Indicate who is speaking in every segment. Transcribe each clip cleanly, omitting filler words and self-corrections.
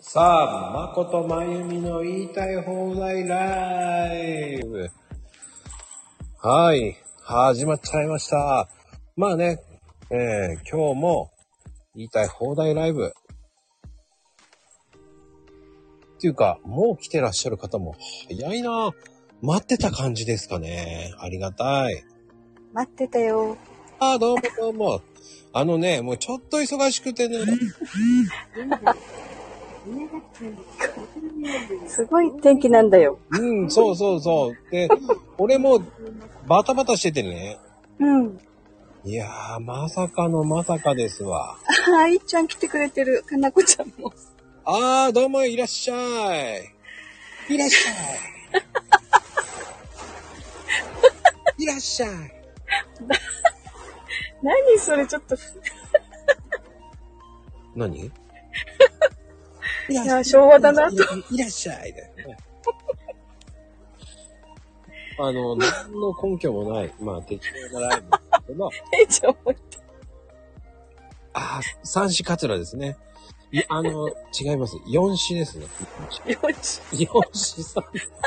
Speaker 1: さあ、まことまゆみの言いたい放題ライブ。はい、始まっちゃいました。まあね、今日も言いたい放題ライブ。っていうか、もう来てらっしゃる方も早いな。待ってた感じですかね。ありがたい。
Speaker 2: 待ってたよ。
Speaker 1: どうもどうも。もうちょっと忙しくてね。
Speaker 2: すごい天気なんだよ。
Speaker 1: そうそうそう。で、俺もバタバタしててね。
Speaker 2: うん。
Speaker 1: いやー、まさかのまさかですわ。
Speaker 2: いっちゃん来てくれてる。かなこちゃんも。
Speaker 1: どうもいらっしゃい。いらっしゃい。いらっしゃい。
Speaker 2: 何それちょっと。
Speaker 1: 何？
Speaker 2: いや、昭和だなと。
Speaker 1: いらっしゃいだよね。何の根拠もない、まあ適当なライブですけど。
Speaker 2: ちょっと待って。
Speaker 1: 三子桂ですね。違います。四子ですね。四子さん。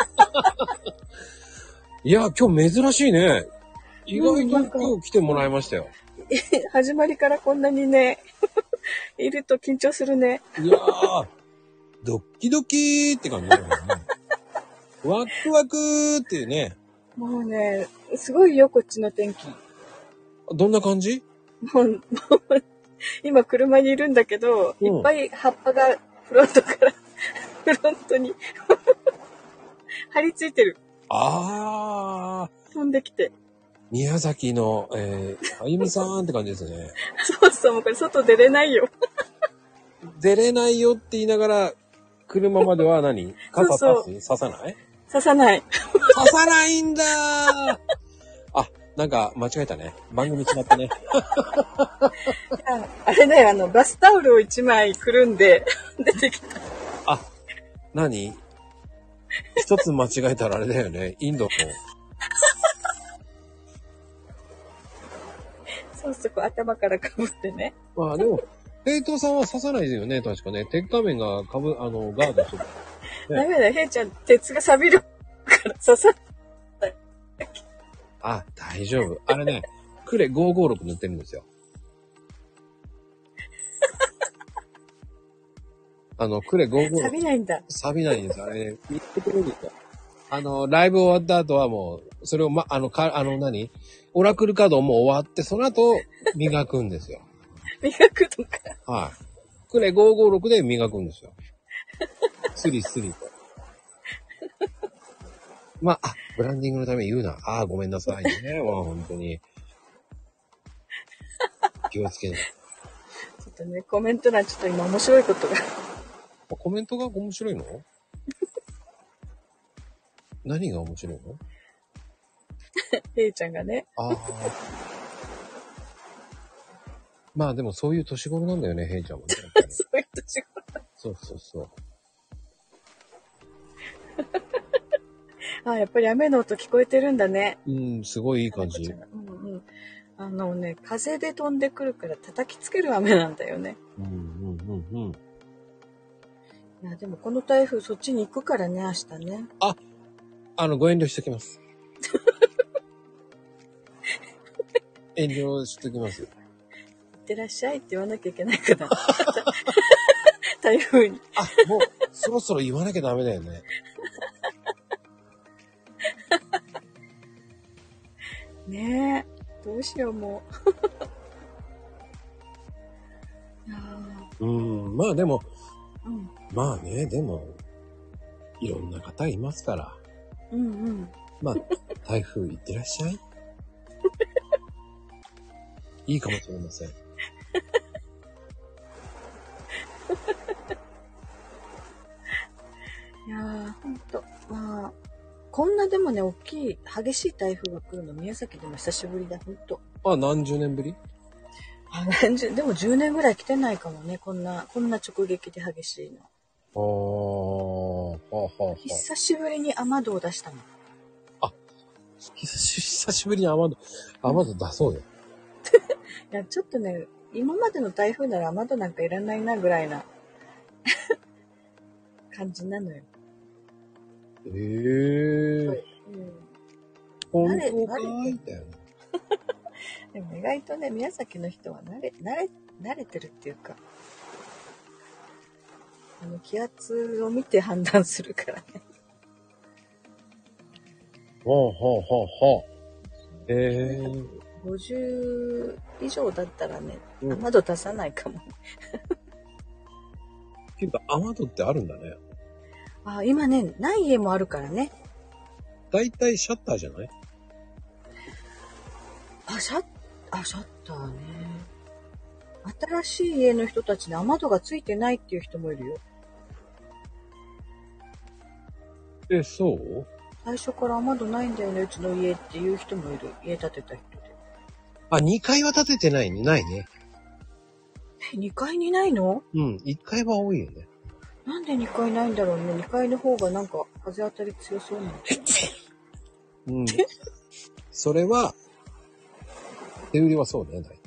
Speaker 1: いや、今日珍しいね。意外と今日来てもらいましたよ。
Speaker 2: 始まりからこんなにね、いると緊張するね。
Speaker 1: いやー、ドッキドキーって感じだよね。ワクワクーっていうね。
Speaker 2: もうね、すごいよ、こっちの天気。
Speaker 1: どんな感じ？
Speaker 2: もう今車にいるんだけど、いっぱい葉っぱがフロントに張り付いてる。飛んできて。
Speaker 1: 宮崎の、あゆみさんって感じですね。
Speaker 2: そうそう、もうこれ外出れないよ。
Speaker 1: 出れないよって言いながら、車までは何？傘刺さない？
Speaker 2: 刺さない。
Speaker 1: 刺さないんだー。なんか間違えたね。番組違ったね。
Speaker 2: あれだよ、バスタオルを1枚くるんで出てきた。
Speaker 1: 何？一つ間違えたらあれだよね。インドの。
Speaker 2: そうそう、頭からかぶってね。
Speaker 1: まあでも、平等さんは刺さないですよね、確かね。鉄仮面がガードしてる。
Speaker 2: ダメだよ、へいちゃん、鉄が錆びるから刺さない。
Speaker 1: 大丈夫。あれね、クレ556塗ってるんですよ。クレ556。
Speaker 2: 錆びないんだ。
Speaker 1: 錆びないんです。あれね、見てくれるんですよ。ライブ終わった後はもう、それをオラクルカードも終わって、その後、磨くんですよ。
Speaker 2: 磨くとか。
Speaker 1: はい。クレ556で磨くんですよ。スリスリと。ブランディングのために言うな。ごめんなさいね。本当に。気をつけない。
Speaker 2: ちょっとね、コメント欄ちょっと今面白いことが。
Speaker 1: コメントが面白いの？何が面白いの？
Speaker 2: へいちゃんがね。
Speaker 1: まあでもそういう年頃なんだよね、へいちゃんもね。
Speaker 2: そういう年頃。
Speaker 1: そうそうそう。
Speaker 2: やっぱり雨の音聞こえてるんだね。
Speaker 1: すごいいい感じ。
Speaker 2: 風で飛んでくるから叩きつける雨なんだよね。いや、でもこの台風そっちに行くからね、明日ね。
Speaker 1: ご遠慮しときます。遠慮しときます。
Speaker 2: いってらっしゃいって言わなきゃいけないから。台風に。
Speaker 1: もう、そろそろ言わなきゃダメだよね。
Speaker 2: ねえ、どうしようも
Speaker 1: う。まあでも、まあね、でも、いろんな方いますから。まあ、台風行ってらっしゃい。いいかもしれません。
Speaker 2: いやー、ほんと。こんなでもね、大きい、激しい台風が来るの、宮崎でも久しぶりだ、ほんと。
Speaker 1: 何十年ぶり？
Speaker 2: でも10年ぐらい来てないかもね、こんな直撃で激しいの。久しぶりに雨戸を出したの。
Speaker 1: 久しぶりに雨戸出そうよ。
Speaker 2: いや、ちょっとね、今までの台風なら雨戸なんかいらないなぐらいな感じなのよ。
Speaker 1: うん、本当かいだよね。
Speaker 2: でも意外とね、宮崎の人は慣れてるっていうか、気圧を見て判断するからね。
Speaker 1: ほうほうほうほう。
Speaker 2: 50以上だったらね、雨戸出さないかも。
Speaker 1: っていうか、雨戸ってあるんだね。
Speaker 2: あ、今ね、ない家もあるからね。
Speaker 1: だいたいシャッターじゃない？
Speaker 2: シャッターね。新しい家の人たちに雨戸がついてないっていう人もいるよ。
Speaker 1: そう？
Speaker 2: 最初から雨戸ないんだよね、うちの家っていう人もいる。家建てた人で。
Speaker 1: 2階は建ててないね。ないね。
Speaker 2: 2階にないの？
Speaker 1: うん、1階は多いよね。
Speaker 2: なんで2階ないんだろうね。2階の方がなんか風当たり強そうなの。
Speaker 1: うん。それは、手売りはそうね、大体。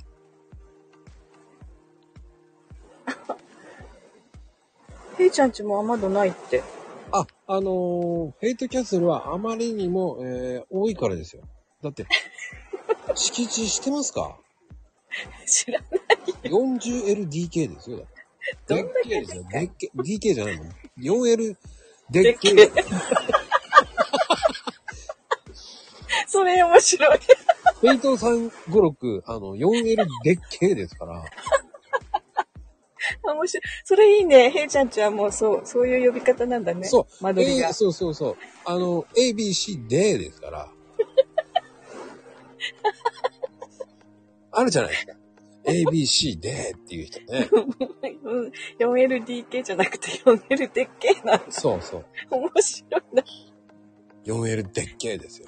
Speaker 2: ヘイちゃんちも雨戸ないって。
Speaker 1: ヘイトキャッスルはあまりにも、多いからですよ。だって、敷地してますか？
Speaker 2: 知らないよ。
Speaker 1: 40LDK ですよ。だって。
Speaker 2: どんだけ
Speaker 1: ですよ。DK じゃないの。4L でっけ
Speaker 2: それ面白い。
Speaker 1: ヘイト356、4L でっけですから。
Speaker 2: 面白い。それいいね。ヘイちゃんちはもうそういう呼び方なんだね。
Speaker 1: そう。
Speaker 2: 間取りが。
Speaker 1: そう。ABC でですから。あるじゃないですか。ABC でっていう人ね。
Speaker 2: 4LDK じゃなくて 4L でっけえな。
Speaker 1: そう。
Speaker 2: 面白いな。
Speaker 1: 4L でっけですよ。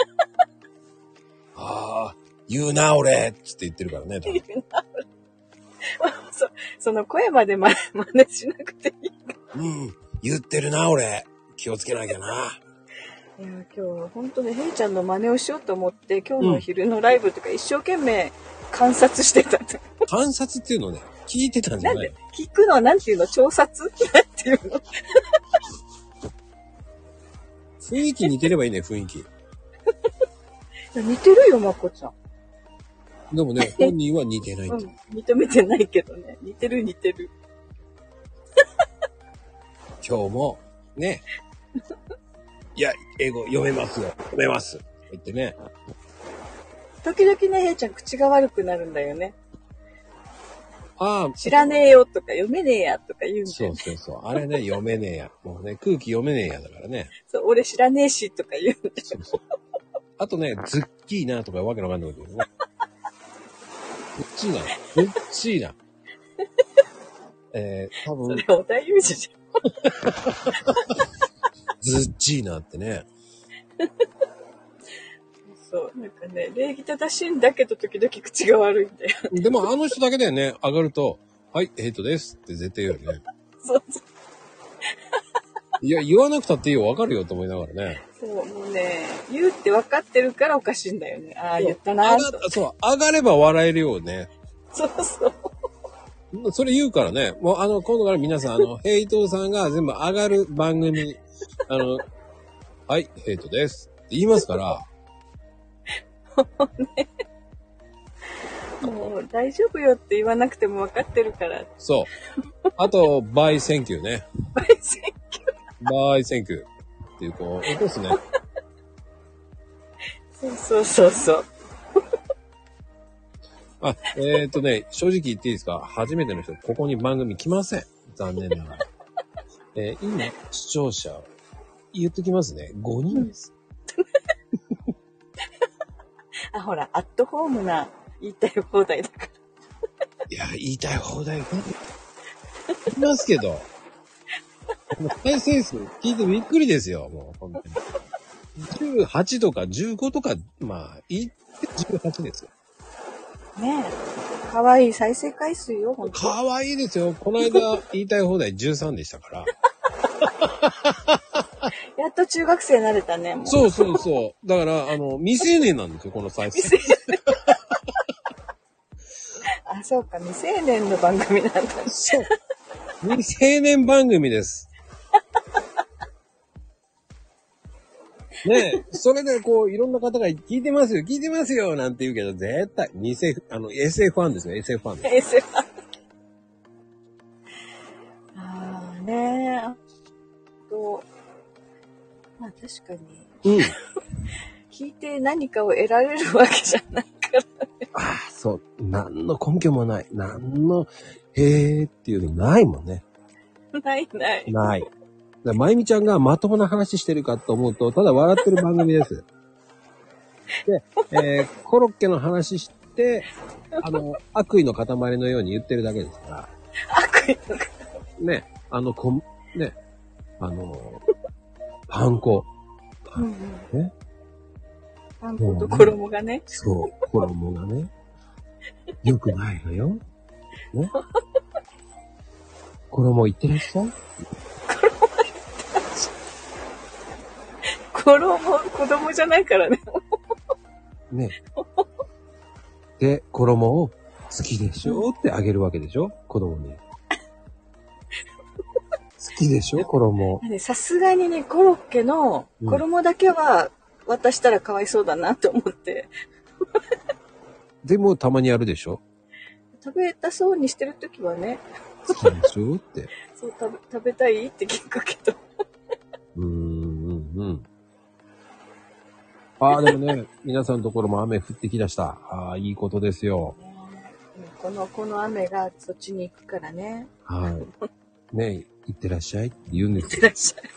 Speaker 1: 言うな俺つって言ってるからね。
Speaker 2: 言うな俺。その声まで真似しなくていい。
Speaker 1: 言ってるな俺。気をつけなきゃな。
Speaker 2: いや、今日は本当ね、ヘイちゃんの真似をしようと思って、今日の昼のライブとか一生懸命観察してた。
Speaker 1: 観察っていうのね、聞いてたんじゃない？
Speaker 2: なんで聞くのはなんていうの？調査なんていうの？
Speaker 1: 雰囲気似てればいいね、雰囲気。
Speaker 2: 似てるよ、まこちゃん。
Speaker 1: でもね、本人は似てないって。
Speaker 2: 認めてないけどね。似てる。
Speaker 1: 今日も、ね。いや、英語読めますよ。読めます。言ってね。
Speaker 2: 時々ね、ヘイちゃん口が悪くなるんだよね。知らねえよとか読めねえやとか言うんだよね。
Speaker 1: そう。あれね、読めねえや。もうね、空気読めねえやだからね。
Speaker 2: そう、俺知らねえしとか言うんだよ。
Speaker 1: そう。あとね、ズッキーナとかわけのわかんないこと言うね。ズッチーナ。多分。
Speaker 2: それ小田裕二じゃん。
Speaker 1: ズッチーナってね。
Speaker 2: そう、なんかね、礼儀正しいんだけど時々口が悪いんだよ。
Speaker 1: でもあの人だけだよね、上がると、はい、ヘイトですって絶対言うよね。
Speaker 2: そう。
Speaker 1: いや、言わなくたっていいよ、わかるよと思いながらね。
Speaker 2: そう、もうね、言うって分かってるからおかしいんだよね。ああ、言ったなと。
Speaker 1: そう、上がれば笑えるよね。
Speaker 2: そう。
Speaker 1: それ言うからね。もう今度から皆さん、ヘイトさんが全部上がる番組、はい、ヘイトですって言いますから。
Speaker 2: ね、もう大丈夫よって言わなくても分かってるから。
Speaker 1: そう。あと、バイセンキューね。
Speaker 2: バイセンキュー。
Speaker 1: バイセンキューっていう、こう、落とすね。
Speaker 2: そう。
Speaker 1: 正直言っていいですか？初めての人、ここに番組来ません。残念ながら。今、視聴者、言っときますね。5人です。
Speaker 2: ほら、アットホームな言いたい放題だから。
Speaker 1: いや、言いたい放題、言いますけど。再生数聞いてびっくりですよ、もう、本当に。18とか15とか、まあ、言って18ですよ。
Speaker 2: ねえ。かわいい再生回数よ、ほんと。
Speaker 1: かわいいですよ。この間、言いたい放題13でしたから。
Speaker 2: やっと中学生になれたね、もう。
Speaker 1: そう。だから、未成年なんですよ、この再生。未成年。
Speaker 2: そうか、未成年の番組なんだ。
Speaker 1: そう。未成年番組です。 ね、それでこう、いろんな方が聞いてますよ、なんて言うけど、絶対、SF ファンですよ、SF ファンです。
Speaker 2: SF ファン。ああ、ねえ。まあ確かに。うん。聞いて何かを得られるわけじゃないからね。
Speaker 1: ああ、そう。何の根拠もない。何の、へーっていうのないもんね。
Speaker 2: ない。
Speaker 1: ない。まゆみちゃんがまともな話してるかと思うと、ただ笑ってる番組です。で、コロッケの話して、悪意の塊のように言ってるだけですから。
Speaker 2: 悪意の塊
Speaker 1: ね、パン粉。ね。
Speaker 2: パン粉と衣がね。
Speaker 1: そう、衣がね。良くないのよ。ね。衣いってらっしゃい。
Speaker 2: 子供じゃないからね。
Speaker 1: ね。で、衣を好きでしょってあげるわけでしょ子供に。好きでしょ衣。
Speaker 2: さすがにね、コロッケの衣だけは渡したらかわいそうだなって思って。
Speaker 1: でもたまにやるでしょ
Speaker 2: 食べたそうにしてるときはね。
Speaker 1: 好きでしょって。
Speaker 2: そう、食べたいって聞くけど。
Speaker 1: ああ、でもね、皆さんのところも雨降ってきだした。ああ、いいことですよ。
Speaker 2: この雨がそっちに行くからね。
Speaker 1: はい。ね、行ってらっしゃいって言うんですよ。
Speaker 2: 行ってらっしゃい。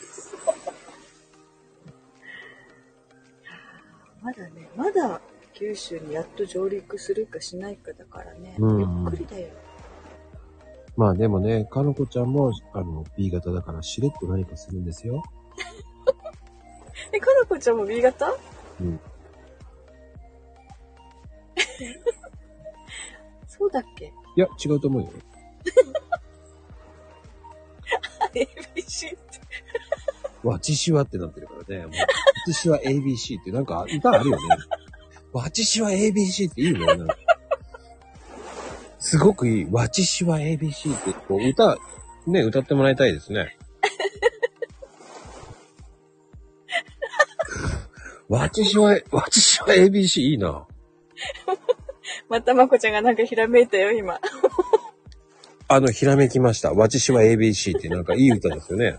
Speaker 2: まだ九州にやっと上陸するかしないかだからね。ゆっくりだよ。
Speaker 1: まあでもね、かのこちゃんも、B 型だからしれっと何かするんですよ。
Speaker 2: かのこちゃんも B 型？うん。そうだっけ？
Speaker 1: いや、違うと思うよ。
Speaker 2: ABC って。
Speaker 1: わちしわってなってるからね。わちしわ ABC ってなんか歌あるよね。わちしわ ABC っていいね。なんかすごくいい。わちしわ ABC ってこう歌ってもらいたいですね。わちしわ ABC いいな。
Speaker 2: またまこちゃんがなんかひらめいたよ、今。
Speaker 1: ひらめきました。わちしわ ABC ってなんかいい歌ですよね。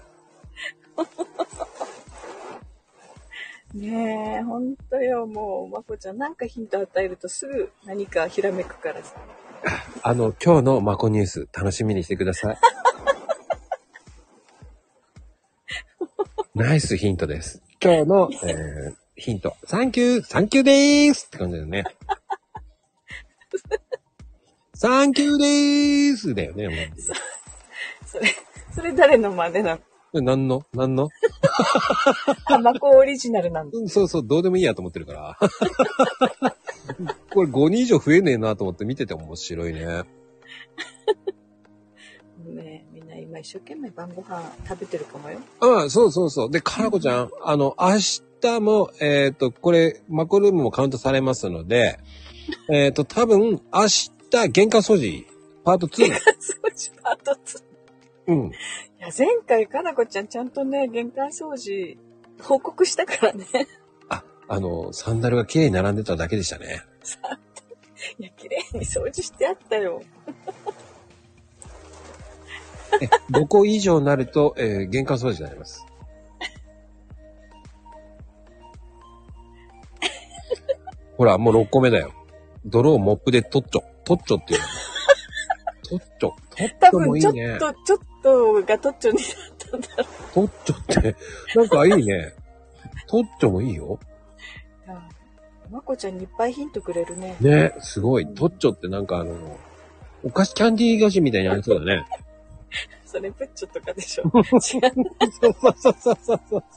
Speaker 2: ねえ、ほんとよ、もう、まこちゃんなんかヒント与えるとすぐ何かひらめくからさ。
Speaker 1: 今日のまこニュース楽しみにしてください。ナイスヒントです。今日の、ヒント。サンキューでーすって感じだよね。サンキューでーすだよね。も
Speaker 2: うそれ誰の真似なの？
Speaker 1: 何の
Speaker 2: マコオリジナルなんだ。
Speaker 1: そう、どうでもいいやと思ってるから。これ5人以上増えねえなと思って見てて面白いね。
Speaker 2: ねえ、みんな今一生懸命晩ご飯食べてるかもよ。
Speaker 1: ああ、そう。で、かなこちゃん、明日も、これ、マコルームもカウントされますので、多分、明日、玄関掃除、パート2。
Speaker 2: 玄関掃除パート2。
Speaker 1: うん。
Speaker 2: いや、前回かなこちゃんちゃんとね、玄関掃除、報告したからね。
Speaker 1: サンダルが綺麗に並んでただけでしたね。
Speaker 2: いや、綺麗に掃除してあったよ。
Speaker 1: 5個以上になると、玄関掃除になります。ほら、もう6個目だよ。泥をモップでトッチョっていうの。トッチョもいいね。
Speaker 2: ちょっとがトッチョになったんだろう。
Speaker 1: トッチョって、なんかいいね。トッチョもいいよ。
Speaker 2: まこちゃんにいっぱいヒントくれるね。
Speaker 1: ね、すごい。トッチョってなんかお菓子、キャンディー菓子みたいにありそうだね。
Speaker 2: それプッチョとかでしょ。違う。
Speaker 1: そう。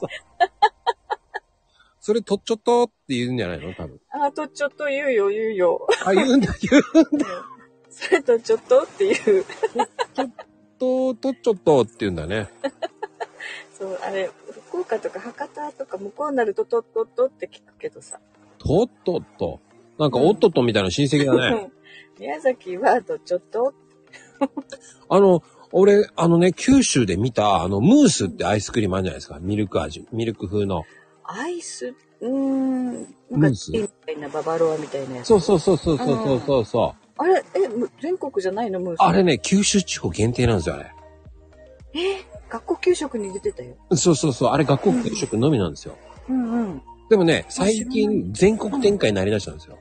Speaker 1: それトッチョとって言うんじゃないの多分。
Speaker 2: トッチョと言うよ。
Speaker 1: 言うんだ。
Speaker 2: それとちょっとっていう。
Speaker 1: トッチョとって言うんだね。
Speaker 2: そう、あれ、福岡とか博多とか向こうになるとトットットって聞くけどさ。
Speaker 1: トットット。なんかオットットみたいな親戚だね。
Speaker 2: 宮崎はトッチョット。
Speaker 1: 俺、九州で見た、ムースってアイスクリームあるじゃないですか。ミルク風の。
Speaker 2: アイス、なんかみたいなババロアみたいなやつ。
Speaker 1: そう。
Speaker 2: あれ、全国じゃないのムース？
Speaker 1: あれね、九州地方限定なんですよ、あれ。
Speaker 2: 学校給食に出てたよ。
Speaker 1: そう。あれ学校給食のみなんですよ。でもね、最近全国展開になりだしたんですよ。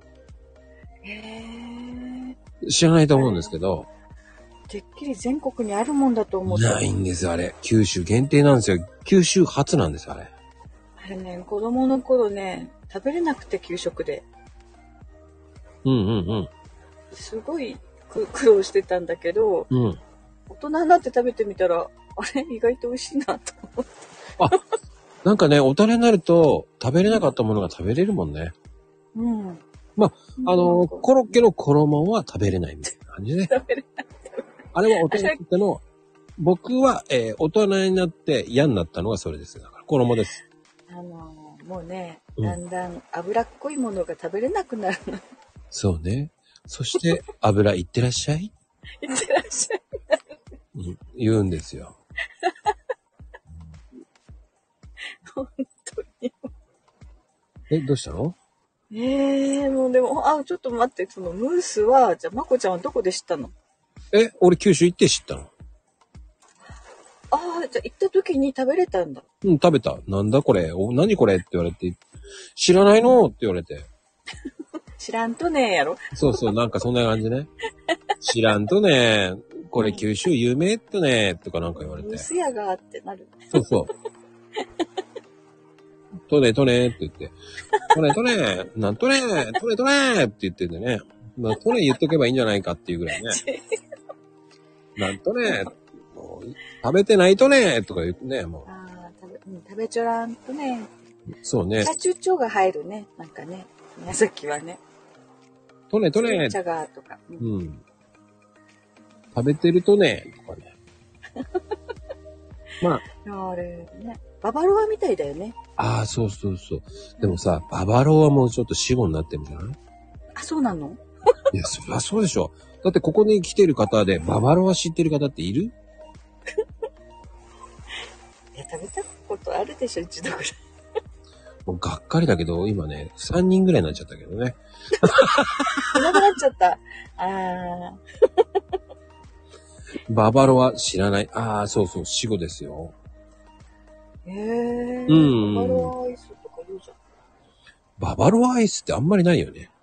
Speaker 1: 知らないと思うんですけど。
Speaker 2: てっきり全国にあるもんだと思って。
Speaker 1: ないんですよ、あれ。九州限定なんですよ。九州初なんですよ、あれ。
Speaker 2: あれね、子供の頃ね、食べれなくて給食で。すごい苦労してたんだけど、大人になって食べてみたら、あれ意外と美味しいなと思って。
Speaker 1: なんかね、大人になると食べれなかったものが食べれるもんね。まあ、コロッケの衣は食べれないみたいな感じね。
Speaker 2: 食べれない。
Speaker 1: あれは大人になっての、僕は、大人になって嫌になったのがそれです。だから衣です。
Speaker 2: もうね、だんだん脂っこいものが食べれなくなるの。
Speaker 1: そうね。そして油いってらっしゃい。
Speaker 2: いってらっしゃい。
Speaker 1: 言うんですよ。
Speaker 2: 本当
Speaker 1: に。どうしたの？
Speaker 2: もうでも、ちょっと待って、そのムースは、じゃあ、まこちゃんはどこで知ったの？
Speaker 1: 俺九州行って知ったの。
Speaker 2: じゃあ行った時に食べれたんだ。
Speaker 1: 食べた。なんだこれ。何これって言われて、知らないのって言われて。
Speaker 2: 知らんとねやろ。
Speaker 1: そう、なんかそんな感じね。知らんとね、これ九州有名ってね、とかなんか言われて。
Speaker 2: ムース屋がってなる。
Speaker 1: そう。とねって言って。とね、なんとねって言っててね。まあ、とね言っとけばいいんじゃないかっていうぐらいね。なんとね、食べてないとねとか言ってね、もう。
Speaker 2: 食べちょらんとね。
Speaker 1: そうね。
Speaker 2: 茶中長が入るね。なんかね。宮崎はね。
Speaker 1: とね。
Speaker 2: 茶がとか。
Speaker 1: 食べてるとね、とかね。ま
Speaker 2: あれね。ババロアみたいだよね。
Speaker 1: そう。でもさ、ババロアもちょっと死後になってるんじゃない？
Speaker 2: そうなの？
Speaker 1: いや、そりゃそうでしょ。だってここに来てる方で、ババロア知ってる方っている？
Speaker 2: いや、食べたことあるでしょ、一度ぐらい。
Speaker 1: もうがっかりだけど、今ね、3人ぐらいになっちゃったけどね。
Speaker 2: いなくなっちゃった。
Speaker 1: ババロア知らない。そう、死後ですよ。
Speaker 2: ババロアアイスとか言うじゃん。
Speaker 1: ババロアアイスってあんまりないよね。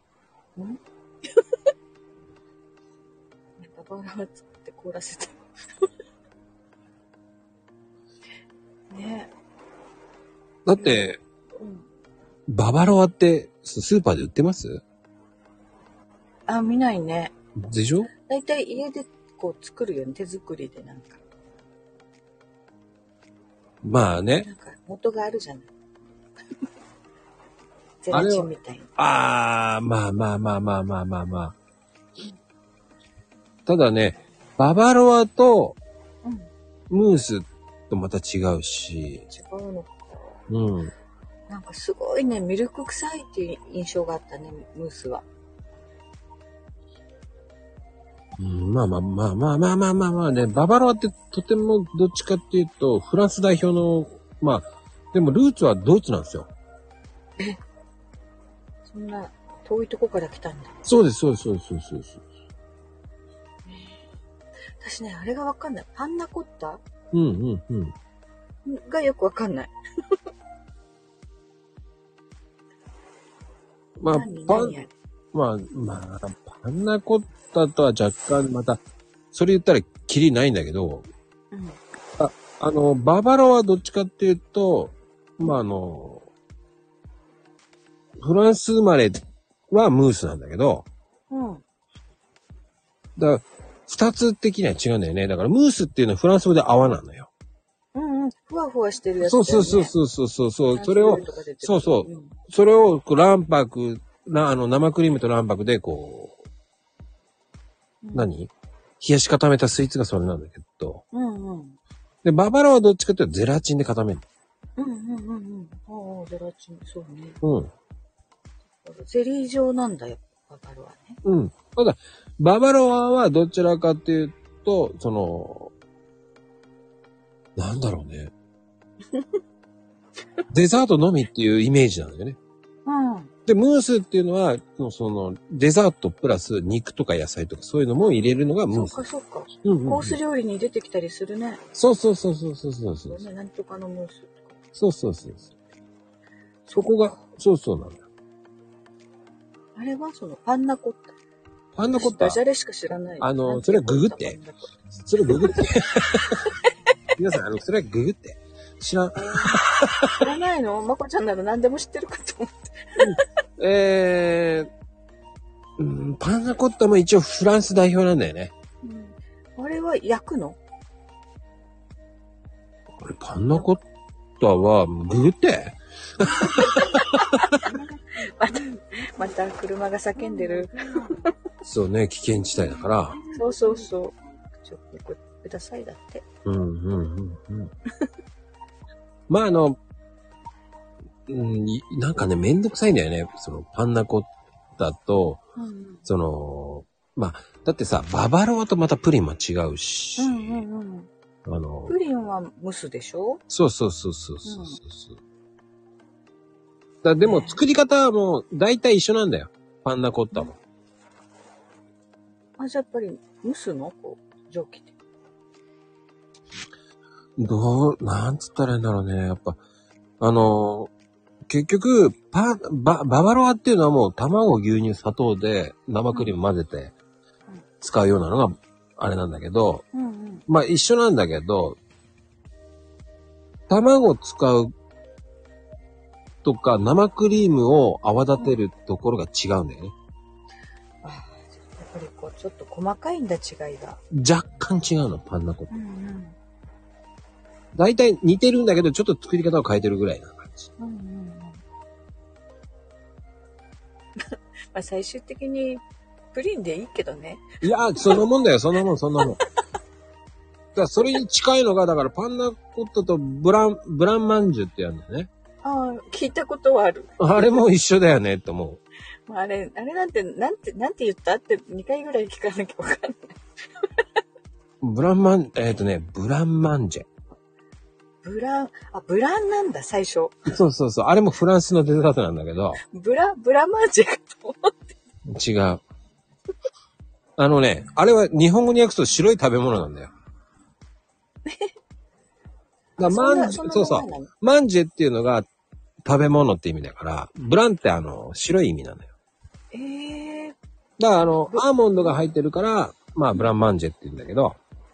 Speaker 2: ババロア作って凍らせた。ね。
Speaker 1: だって、ババロアってスーパーで売ってます？
Speaker 2: 見ないね。
Speaker 1: でしょ？
Speaker 2: だいたい家でこう作るよね、手作りでなんか。
Speaker 1: まあね。
Speaker 2: なんか元があるじゃない。ゼラチンみたいな。
Speaker 1: まあ。ただね、ババロアとムースとまた違うし。
Speaker 2: 違うのか。なんかすごいね、ミルク臭いっていう印象があったね、ムースは。
Speaker 1: まあね、ババロアってとてもどっちかっていうと、フランス代表の、でもルーツはドイツなんですよ。
Speaker 2: そんな遠いとこから来たんだ。
Speaker 1: そうです。
Speaker 2: 私ね、あれがわかんない。パンナコッタ？
Speaker 1: うん。
Speaker 2: がよくわかんない。
Speaker 1: パンナコッタとは若干また、それ言ったらキリないんだけど、ババロはどっちかっていうと、フランス生まれはムースなんだけど、だから二つ的には違うんだよね。だからムースっていうのはフランス語で泡なのよ。
Speaker 2: ふわふわしてるやつだよね。
Speaker 1: そう。それを、それを卵白、生クリームと卵白でこう、冷やし固めたスイーツがそれなんだけど。で、ババロはどっちかっていうとゼラチンで固める。
Speaker 2: ゼラチン、そうね。ゼリー状なんだよ、ババロアね。
Speaker 1: ただ、ババロアはどちらかっていうと、なんだろうね。 デザートのみっていうイメージなんだよね。
Speaker 2: うん。
Speaker 1: で、ムースっていうのは、デザートプラス肉とか野菜とかそういうのも入れるのがムース。
Speaker 2: そうかそうか。
Speaker 1: うんうんうん、
Speaker 2: コース料理に出てきたりするね。
Speaker 1: そうそうそうそうそうそうそう。
Speaker 2: ね、なんとかのムースとか。
Speaker 1: そうそうそう。そこが、そうそうなんだ。
Speaker 2: あれはそのパンナコッタ。
Speaker 1: パンナコッタ。
Speaker 2: ダジャレしか知らない。
Speaker 1: それはググって。それググって。皆さん、それはググって。知ら
Speaker 2: ないの？まこちゃんなら何でも知ってるかと思って。
Speaker 1: パンナコッタも一応フランス代表なんだよね。
Speaker 2: あれは焼くの？
Speaker 1: あれ、パンナコッタは、ググって
Speaker 2: また車が叫んでる。
Speaker 1: そうね、危険地帯だから。
Speaker 2: そうそうそう。ちょっとくださいだって。
Speaker 1: まあなんかね、めんどくさいんだよね。そのパンナコッタと、まあ、だってさ、ババロアとまたプリンは違うし。
Speaker 2: プリンはムスでしょ？そう
Speaker 1: そう。でも作り方はもう大体一緒なんだよ。パンナコッタも。
Speaker 2: じゃあやっぱり蒸すの？蒸気で。
Speaker 1: なんつったらいいんだろうね。やっぱ、結局、ババロアっていうのはもう卵、牛乳、砂糖で生クリーム混ぜて使うようなのがあれなんだけど、まあ一緒なんだけど、卵使うとか生クリームを泡立てるところが違うんだよね。
Speaker 2: やっぱりちょっと細かいんだ、違いが。
Speaker 1: 若干違うの、パンナコッタ。大体似てるんだけど、ちょっと作り方を変えてるぐらいな感じ。
Speaker 2: まあ最終的にプリンでいいけどね。
Speaker 1: いや、そんなもんだよ、そんなもん。だからそれに近いのが、だからパンナコッタとブランマンジュってやるんだよね。
Speaker 2: 聞いたことはある。
Speaker 1: あれも一緒だよね、と思
Speaker 2: う。あれなんて言ったって2回ぐらい聞かなきゃわかんない。
Speaker 1: ブランマンジェ。ブラ
Speaker 2: ンなんだ、最初。
Speaker 1: そう。あれもフランスのデザートなんだけど。
Speaker 2: ブラマンジェかと思って。
Speaker 1: 違う。あれは日本語に訳すと白い食べ物なんだよ。マンジェっていうのが食べ物って意味だから、ブランって白い意味なんだよ。だからアーモンドが入ってるから、まあブランマンジェって言うんだけど。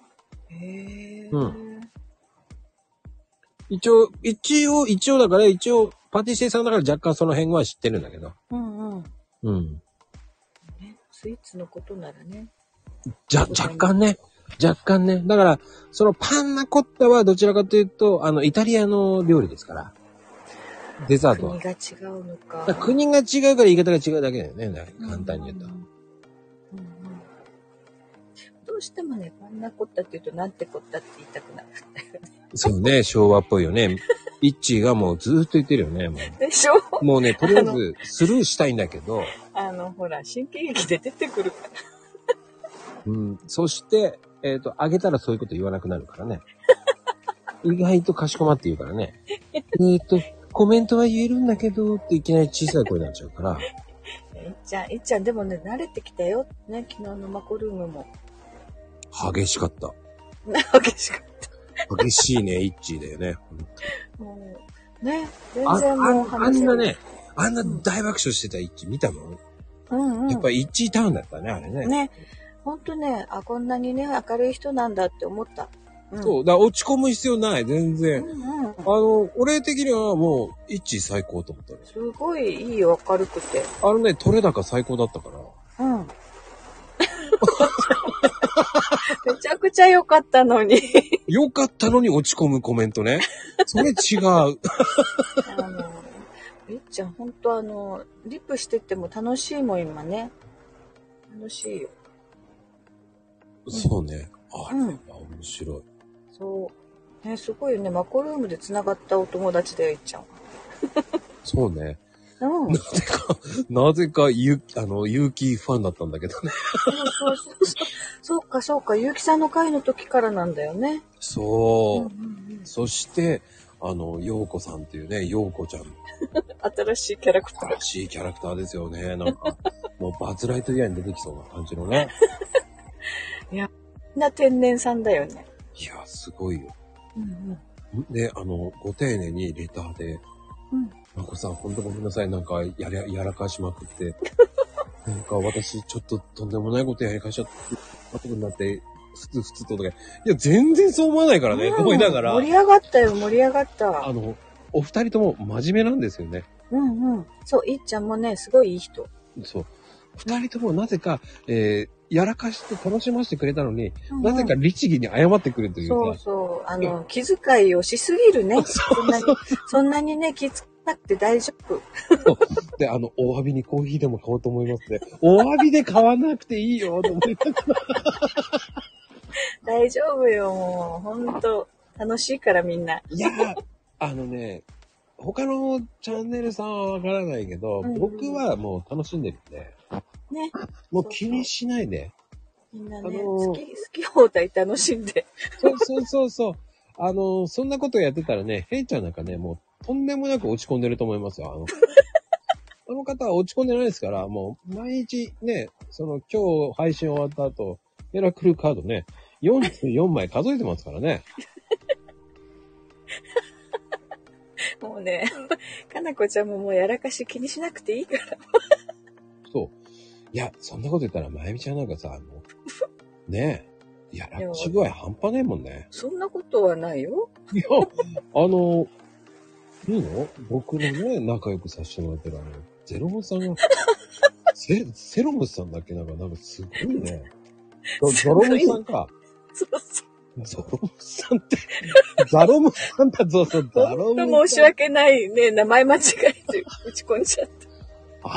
Speaker 1: 一応だから、パティシエさんだから若干その辺は知ってるんだけど。
Speaker 2: スイーツのことならね。
Speaker 1: 若干ね。だから、そのパンナコッタはどちらかというと、イタリアの料理ですから。デザートは。
Speaker 2: 国が違うのか。
Speaker 1: 国が違うから言い方が違うだけだよね。簡単に言うと。
Speaker 2: どうしてもね、パンナコッタって言うとなんてこったって言いたくなる。
Speaker 1: そうね、昭和っぽいよね。イッチーがもうずーっと言ってるよね。
Speaker 2: でしょ？
Speaker 1: もうね、とりあえずスルーしたいんだけど。
Speaker 2: ほら、新喜劇で出てくるから。
Speaker 1: そして、あげたらそういうこと言わなくなるからね。意外とかしこまって言うからね。コメントは言えるんだけど、っていきなり小さい声になっちゃうから。
Speaker 2: いっちゃん、でもね、慣れてきたよ。ね、昨日のマコルームも。
Speaker 1: 激しかった。激しいね、イッチーだよね。
Speaker 2: ね、全然もう
Speaker 1: あんな大爆笑してたイッチー見たもん。やっぱりイッチータウンだったね、あれね。
Speaker 2: ね、ほんとね、こんなにね、明るい人なんだって思った。
Speaker 1: そう、だから落ち込む必要ない、全然。俺的にはもう、イッチー最高と思ったね。
Speaker 2: すごいいいよ、明るくて。
Speaker 1: 取れ高最高だったから。
Speaker 2: めちゃくちゃ良かったのに。
Speaker 1: 良かったのに落ち込むコメントね。それ違う。
Speaker 2: いっちゃん、ほんとリップしてても楽しいもん、今ね。楽しいよ。
Speaker 1: そうね。面白い。
Speaker 2: そう。ね、すごいよね。マコルームで繋がったお友達だよ、いっちゃん。
Speaker 1: そうね。なぜか、ゆうきファンだったんだけどね。
Speaker 2: そうか、ゆうきさんの会の時からなんだよね。
Speaker 1: そう。そして、 陽子さんっていうね、陽子ちゃん。
Speaker 2: 新しいキャラクター。
Speaker 1: 新しいキャラクターですよね。なんか、もうバズライトイヤーに出てきそうな感じのね。
Speaker 2: いや、みんな天然さんだよね。
Speaker 1: いや、すごいよ。
Speaker 2: うん
Speaker 1: うん。で、ご丁寧にレターで、まこさん、ほんとごめんなさい。なんか、やらかしまくって。なんか、私、ちょっととんでもないことやりかしちゃったことになって、ふつとか。いや、全然そう思わないからね、思いながら。
Speaker 2: 盛り上がったよ、盛り上がった。
Speaker 1: お二人とも真面目なんですよね。
Speaker 2: そう、いっちゃんもね、すごいいい人。
Speaker 1: そう。二人ともなぜか、やらかして楽しませてくれたのに、なぜか律儀に謝ってくるというか。
Speaker 2: そうそう。気遣いをしすぎるね。そんなにね、気遣なくて大丈夫。
Speaker 1: で、お詫びにコーヒーでも買おうと思いますね。お詫びで買わなくていいよ、と思いながら。
Speaker 2: 大丈夫よ、もう。ほんと。楽しいからみんな。
Speaker 1: いや、他のチャンネルさんはわからないけど、僕はもう楽しんでるんで。
Speaker 2: ね。
Speaker 1: もう気にしないで。
Speaker 2: みんなね、好き放題楽しんで。
Speaker 1: そう。そんなことやってたらね、ヘイちゃんなんかね、もうとんでもなく落ち込んでると思いますよ。あの方は落ち込んでないですから、もう毎日ね、今日配信終わった後、ヘラクルカードね、44枚数えてますからね。
Speaker 2: もうね、かなこちゃんももうやらかし気にしなくていいから。
Speaker 1: そう。いや、そんなこと言ったら、まゆみちゃんなんかさ、ねえ、やらかし具合半端ねえもんね。
Speaker 2: そんなことはないよ。
Speaker 1: いや、いいの？僕のね、仲良くさせてもらってるゼロモさんが、セロムさんだっけなんかすごいね。ゾロムさんか。
Speaker 2: そう。
Speaker 1: ゾロムさんって、ザロムさんだぞ、ザロムさん。
Speaker 2: 申し訳ないね、名前間違えて打ち込んじゃった。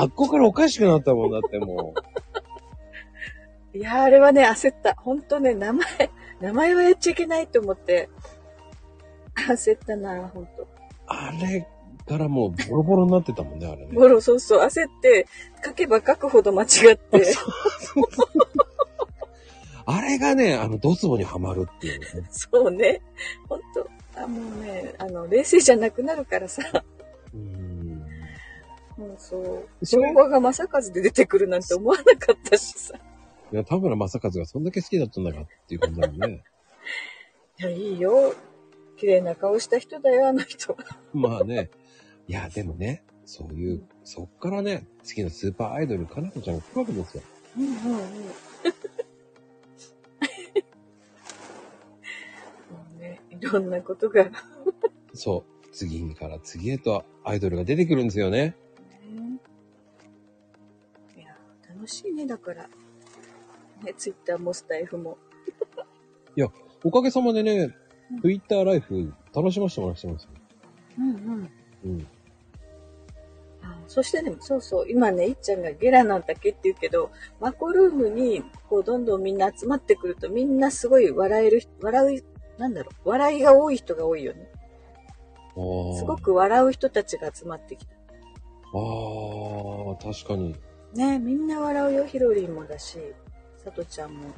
Speaker 1: あっこからおかしくなったもんだっても
Speaker 2: う。いや、あれはね、焦った。ほんとね、名前はやっちゃいけないと思って、焦ったな、ほんと。
Speaker 1: あれからもうボロボロになってたもんね、あれね。
Speaker 2: そう、焦って、書けば書くほど間違って。
Speaker 1: あれがね、ドツボにはまるっていうね。
Speaker 2: そうね。ほんと。もうね、冷静じゃなくなるからさ。もうそう。昭和が正和で出てくるなんて思わなかったしさ。
Speaker 1: いや、田村正和がそんだけ好きだったんだかっていう感じだもんね。
Speaker 2: いや、いいよ。綺麗な顔した人だよ、あの人。
Speaker 1: まあね。いや、でもね、そういう、そっからね、次のスーパーアイドル、かなこちゃんが来るわけですよ。
Speaker 2: いろんなことが。
Speaker 1: そう。次から次へとアイドルが出てくるんですよね。
Speaker 2: いや、楽しいね、だから。ね、ツイッターもスタイフも。
Speaker 1: いや、おかげさまでね、ツイッターライフ楽しませてもらってますよ。
Speaker 2: そしてね、そう、今ね、いっちゃんがゲラなんだけって言うけど、マコルームに、こう、どんどんみんな集まってくると、みんなすごい笑いが多い人が多いよね。すごく笑う人たちが集まってきた。
Speaker 1: 確かに。
Speaker 2: ね、みんな笑うよ、ヒロリンもだし、さとちゃんも。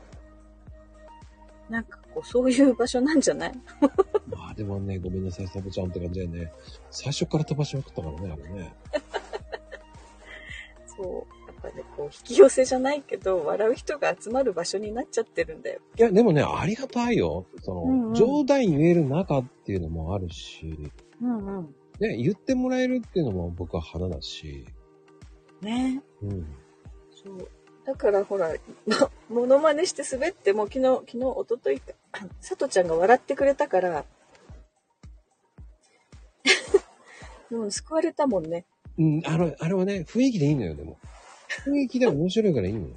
Speaker 2: なんかこう、そういう場所なんじゃない？
Speaker 1: まあでもね、ごめんなさい、サボちゃんって感じだよね。最初から飛ばしまくったからね、あれね。
Speaker 2: そう。やっぱね、こう、引き寄せじゃないけど、笑う人が集まる場所になっちゃってるんだよ。
Speaker 1: いや、でもね、ありがたいよ。冗談言える中っていうのもあるし、ね、言ってもらえるっていうのも僕は花だし。
Speaker 2: ね。そう。だからほら、モノマネして滑っても昨日、一昨日か、さとちゃんが笑ってくれたから、救われたもんね。
Speaker 1: あれはね、雰囲気でいいのよ、でも。雰囲気で面白いからいいのよ。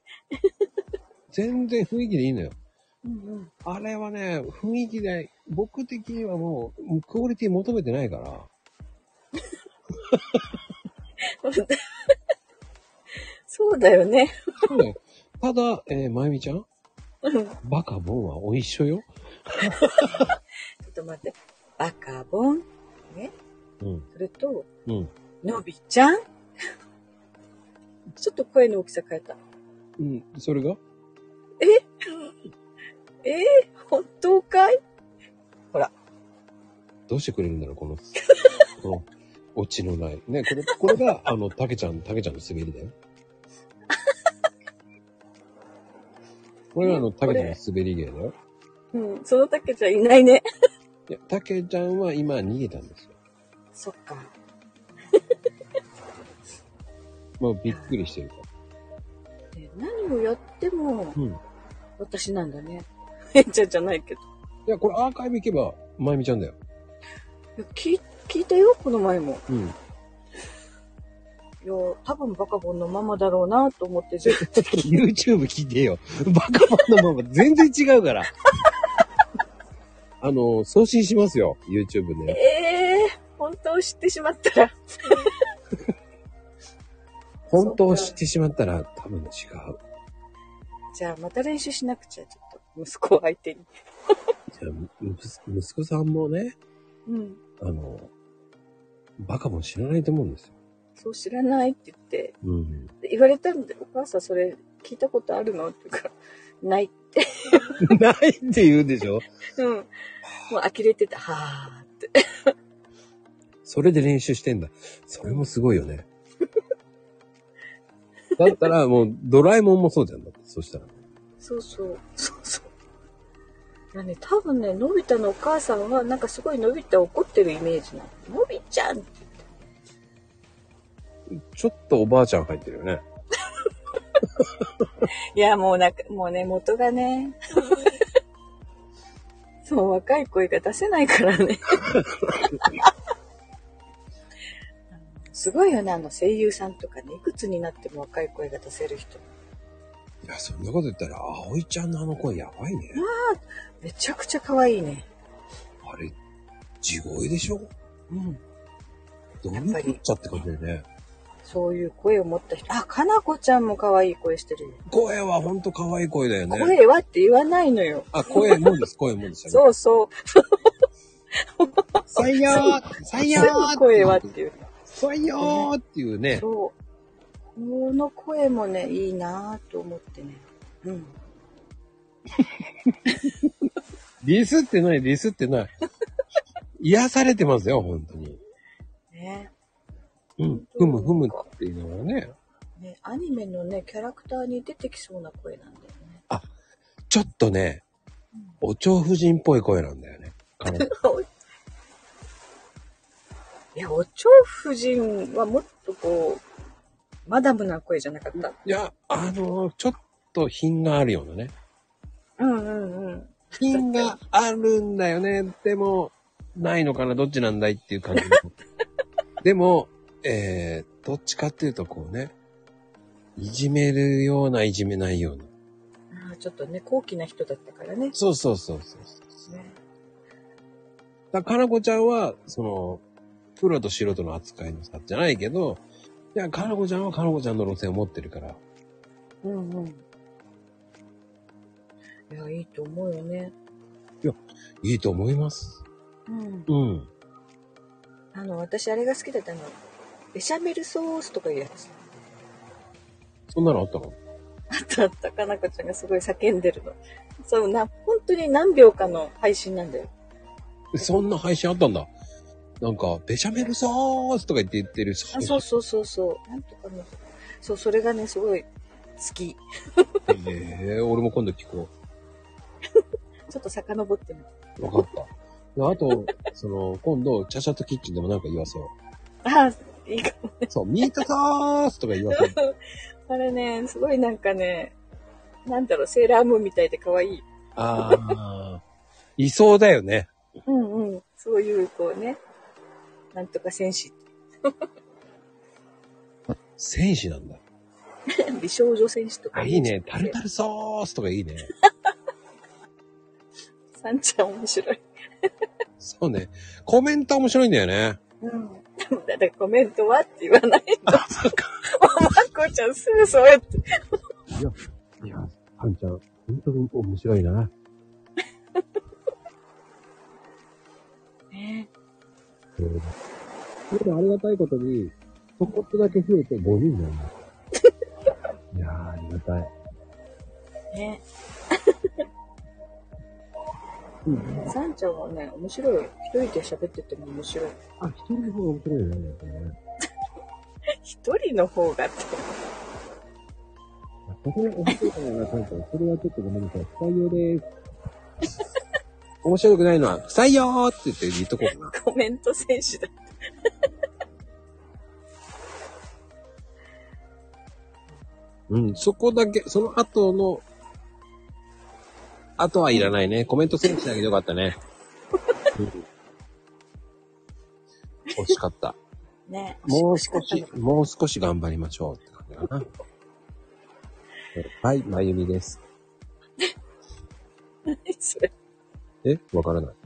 Speaker 1: 全然雰囲気でいいのよ。あれはね、雰囲気で、僕的にはもう、クオリティ求めてないから。
Speaker 2: そうだよね。
Speaker 1: ただ、まゆみちゃんバカボンはお一緒よ。
Speaker 2: ちょっと待って。バカボンね。それと、のびちゃんちょっと声の大きさ変えた。
Speaker 1: それが
Speaker 2: 本当かい？ほら。
Speaker 1: どうしてくれるんだろう、このオチのない。ね、これが、たけちゃんの滑りだよ。これがたけちゃんの滑り芸だよ。
Speaker 2: うん、そのたけちゃんいないね。
Speaker 1: いや、たけちゃんは今逃げたんですよ。
Speaker 2: そっか。
Speaker 1: もうびっくりしてるから。
Speaker 2: 何をやっても、私なんだね。へんちゃんじゃないけど。
Speaker 1: いや、これアーカイブ行けば、まゆみちゃんだよ。
Speaker 2: いや聞いたよ、この前も。
Speaker 1: うん。い
Speaker 2: や、多分バカボンのママだろうなと思って、
Speaker 1: YouTube 聞いてよ。バカボンのママ、全然違うから。送信しますよ、YouTube ね。
Speaker 2: 本当を知ってしまったら。
Speaker 1: 本当を知ってしまったら、多分違う。
Speaker 2: じゃあ、また練習しなくちゃ、ちょっと、息子を相手に。
Speaker 1: じゃあ、息子さんもね、バカボン知らないと思うんですよ。
Speaker 2: そう、知らないって言って、言われたんで、お母さんそれ聞いたことあるのって言うから、ないって。
Speaker 1: ないって言うでしょ。
Speaker 2: もう呆れてた。はーって。
Speaker 1: それで練習してんだ。それもすごいよね。だったらもうドラえもんもそうじゃんだって。そしたら。
Speaker 2: そう。いやね、多分ね、のび太のお母さんはなんかすごいのび太怒ってるイメージなの。のびちゃんって
Speaker 1: 言って。ちょっとおばあちゃん入ってるよね。
Speaker 2: いや、もうね、元がね。そう、若い声が出せないからね。すごいよね、声優さんとかね、いくつになっても若い声が出せる人。
Speaker 1: いや、そんなこと言ったら、葵ちゃんの声やばいね。
Speaker 2: めちゃくちゃ可愛いね。
Speaker 1: あれ、地声でしょ？どういうこっちゃって感じだよね。
Speaker 2: そういう声を持った人。かなこちゃんも可愛い声してるよ。
Speaker 1: 声はほんと可愛い声だよね。
Speaker 2: 声はって言わないのよ。
Speaker 1: 声もです。
Speaker 2: そう。
Speaker 1: 採用
Speaker 2: 声はっていう。
Speaker 1: 採用っていうね。
Speaker 2: そう。この声もね、いいなぁと思ってね。
Speaker 1: ディスってない。癒されてますよ、本当に。
Speaker 2: ね。
Speaker 1: ふむっていうのはね。
Speaker 2: ね、アニメのね、キャラクターに出てきそうな声なんだよね。
Speaker 1: ちょっとね、お蝶夫人っぽい声なんだよね。
Speaker 2: いや、お蝶夫人はもっとこう、マダムな声じゃなかった？
Speaker 1: いや、ちょっと品があるようなね。品があるんだよね。でも、ないのかな、どっちなんだいっていう感じ。でも、どっちかっていうとこうね、いじめるような、いじめないような。
Speaker 2: ちょっとね、高貴な人だったからね。
Speaker 1: そう。かなこちゃんは、プロと素人の扱いの差じゃないけど、いや、かなこちゃんはかなこちゃんの路線を持ってるから。
Speaker 2: いや、いいと思うよね。
Speaker 1: いや、いいと思います。
Speaker 2: 私あれが好きだったの。ベシャメルソースとかいうやつ。
Speaker 1: そんなのあったの？
Speaker 2: あった。かなこちゃんがすごい叫んでるの。本当に何秒かの配信なんだよ。
Speaker 1: そんな配信あったんだ。なんか、ベシャメルソースとか言ってる。
Speaker 2: そう。なんとかね。そう、それがね、すごい好き。
Speaker 1: 俺も今度聞こ
Speaker 2: う。ちょっと遡ってみ
Speaker 1: る。わかった。あと、今度、チャシャトキッチンでもなんか言わせよ
Speaker 2: う。いいかもね。
Speaker 1: そう、ミートソースとか言わせよ
Speaker 2: あれね、すごいなんかね、セーラームーンみたいで可愛い。
Speaker 1: いそうだよね。
Speaker 2: そういう、こうね、なんとか戦士。
Speaker 1: 戦士なんだ。
Speaker 2: 美少女戦士とか。
Speaker 1: いいね。タルタルソースとかいいね。
Speaker 2: さんちゃん面白い。
Speaker 1: そうね。コメント面白いんだよね。
Speaker 2: だってコメントはって言わないの。
Speaker 1: そっか。
Speaker 2: まこちゃんすぐそうやって。
Speaker 1: いや、さんちゃん、本当に面白いな。
Speaker 2: ね。
Speaker 1: でもありがたいことに、ちょこっとだけ増えて5人になります。いやー、ありがたい。
Speaker 2: ね。 サンちゃんはね、面白い。一人で喋ってても面白い。
Speaker 1: あ、一人の方が面白いよね。
Speaker 2: 一人の方がって。
Speaker 1: そこが面白いからな、サンちゃん。それはちょっとごめんなさい。不採用でーす。面白くないのは、不採用って言っとこうかな。
Speaker 2: コメント選手だ。
Speaker 1: うん、そこだけ、その後の、後はいらないね。コメント選手だけでよかったね。惜しかった。
Speaker 2: ね。
Speaker 1: もう少し頑張りましょうって感じかな。はい、まゆみです。
Speaker 2: 何それ。
Speaker 1: わからない。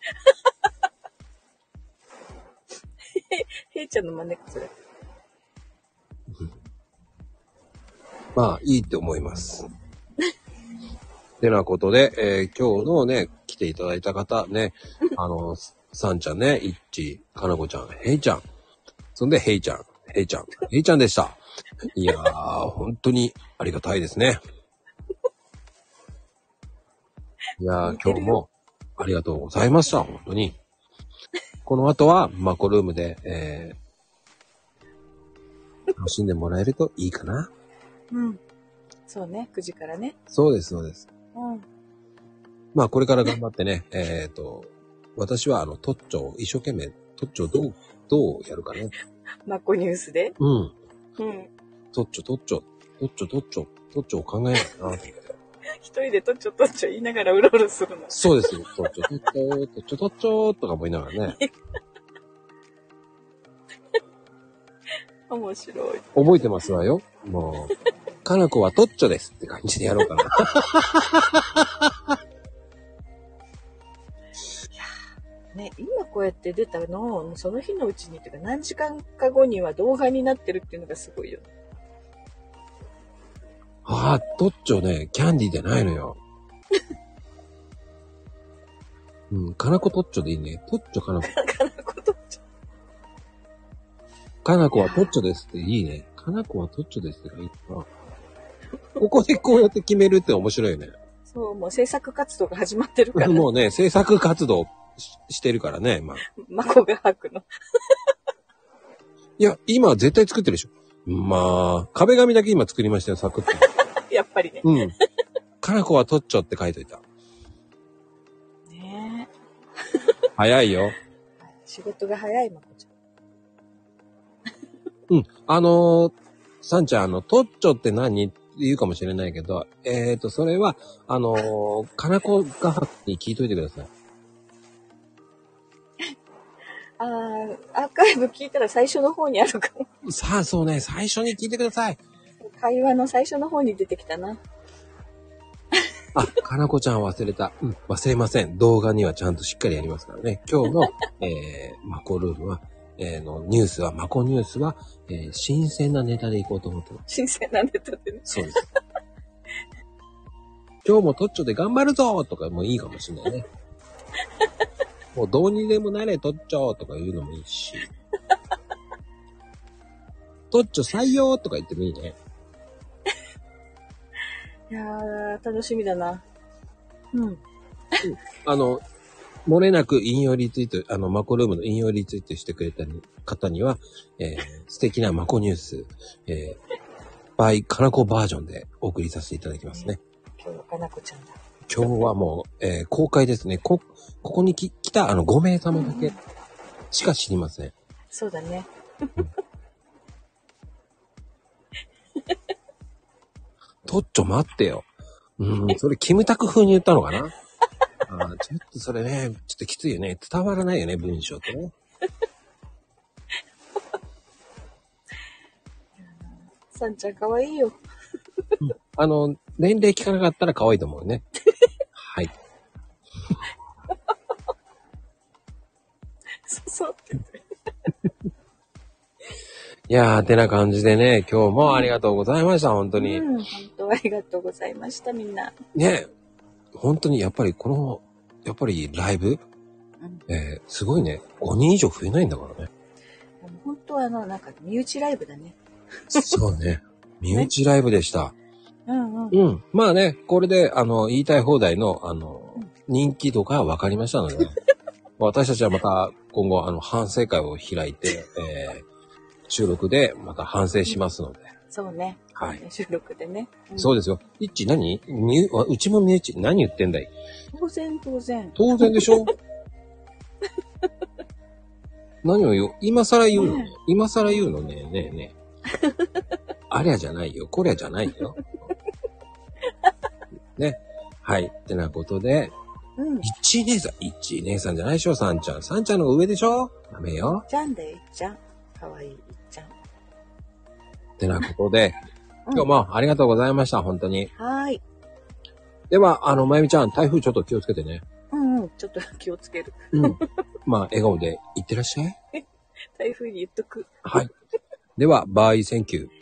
Speaker 2: へいちゃんの真似か、それ。
Speaker 1: まあ、いいって思います。てなことで、今日のね、来ていただいた方ね、さんちゃんね、いっち、かなこちゃん、へいちゃん。そんで、へいちゃんでした。いやー、本当にありがたいですね。いやー、今日もありがとうございました、本当に。この後は、マコルームで、楽しんでもらえるといいかな。
Speaker 2: うん。そうね、9時からね。
Speaker 1: そうです。うん。まあ、これから頑張ってね、私はトッチョを一生懸命、トッチョをどうやるかね。
Speaker 2: マコニュースで。
Speaker 1: うん。
Speaker 2: うん。
Speaker 1: トッチョを考えないな。
Speaker 2: 一人でトッチョ言いながらうろうろするの。
Speaker 1: そうですよ。トッチョとかも言いながらね。
Speaker 2: 面白い。
Speaker 1: 覚えてますわよ。もう、かなこはトッチョですって感じでやろうかな。
Speaker 2: ね、今こうやって出たのを、その日のうちにっていうか何時間か後には動画になってるっていうのがすごいよね。
Speaker 1: ああ、トッチョね、キャンディーじゃないのよ。うん、かなこトッチョでいいね。トッチョかなこ。
Speaker 2: かなこトッチョ。
Speaker 1: かなこはトッチョですっていいね。かなこはトッチョですっていいな。ここでこうやって決めるって面白いよね。
Speaker 2: そう、もう制作活動が始まってるから。
Speaker 1: もうね、制作活動してるからね、まあ。
Speaker 2: マコが吐くの。
Speaker 1: いや、今絶対作ってるでしょ。まあ、壁紙だけ今作りましたよ、サクッと。
Speaker 2: やっぱりね。
Speaker 1: うん。かなこはトッチョって書いといた。
Speaker 2: ね
Speaker 1: え。早いよ。
Speaker 2: 仕事が早い、マコち
Speaker 1: ゃん。うん。さんちゃん、トッチョって何って言うかもしれないけど、それは、かなこ画伯に聞いといてください。
Speaker 2: アーカイブ聞いたら最初の方にあるかも。
Speaker 1: さあ、そうね、最初に聞いてください。
Speaker 2: 会話の最初の方に出てきたな。
Speaker 1: あ、かなこちゃん忘れた。うん、忘れません。動画にはちゃんとしっかりやりますからね。今日の、マコルームは、ニュースは、マコニュースは、新鮮なネタでいこうと思ってます。
Speaker 2: 新鮮なネタでね。
Speaker 1: そうです。今日もトッチョで頑張るぞとかもいいかもしれないね。もうどうにでもなれトッチョとか言うのもいいし。トッチョ採用とか言ってもいいね。
Speaker 2: いやー、楽しみだな。うん。
Speaker 1: 漏れなく引用リツイート、マコルームの引用リツイートしてくれた方には、素敵なマコニュース、by かなこバージョンでお送りさせていただきますね。
Speaker 2: 今日はかなこちゃんだ。
Speaker 1: 今日はもう、公開ですね。ここに来た5名様だけしか知りません。
Speaker 2: そうだね。
Speaker 1: トッチョ待ってよ。それキムタク風に言ったのかなちょっとそれね、ちょっときついよね。伝わらないよね、文章ってね。
Speaker 2: さんちゃんかわいいよ。
Speaker 1: 年齢聞かなかったら可愛いと思うね。はい。
Speaker 2: そうって言って。
Speaker 1: いやー、てな感じでね、今日もありがとうございました、本当に。
Speaker 2: 本当ありがとうございました、みんな。
Speaker 1: ね、本当にやっぱりライブ、すごいね、5人以上増えないんだからね。
Speaker 2: 本当はなんか身内ライブだね。
Speaker 1: そうね。身内ライブでした。
Speaker 2: うん。
Speaker 1: まあね、これで、言いたい放題の、 人気度が分かりましたので、私たちはまた今後反省会を開いて、収録でまた反省しますので。
Speaker 2: そうね。
Speaker 1: はい。
Speaker 2: 収録でね。
Speaker 1: そうですよ。いっち何うちもみえち何言ってんだい？
Speaker 2: 当然。
Speaker 1: 当然でしょ何を言う今更言うの、ね、今更言うのね。ねえねえ。ありゃじゃないよ。こりゃじゃないよ。ね。はい。ってなことで、一姉さんじゃないでしょ、さんちゃん。さんちゃんの上でしょ？ダメよ。
Speaker 2: ちゃんでいっちゃん。かわいいいっちゃん。
Speaker 1: ってなことで、今日もありがとうございました、本当に。
Speaker 2: はい。
Speaker 1: では、まゆみちゃん、台風ちょっと気をつけてね。
Speaker 2: ちょっと気をつける。
Speaker 1: まあ、笑顔でいってらっしゃい。
Speaker 2: 台風に言っとく。
Speaker 1: はい。では、バイセンキュー。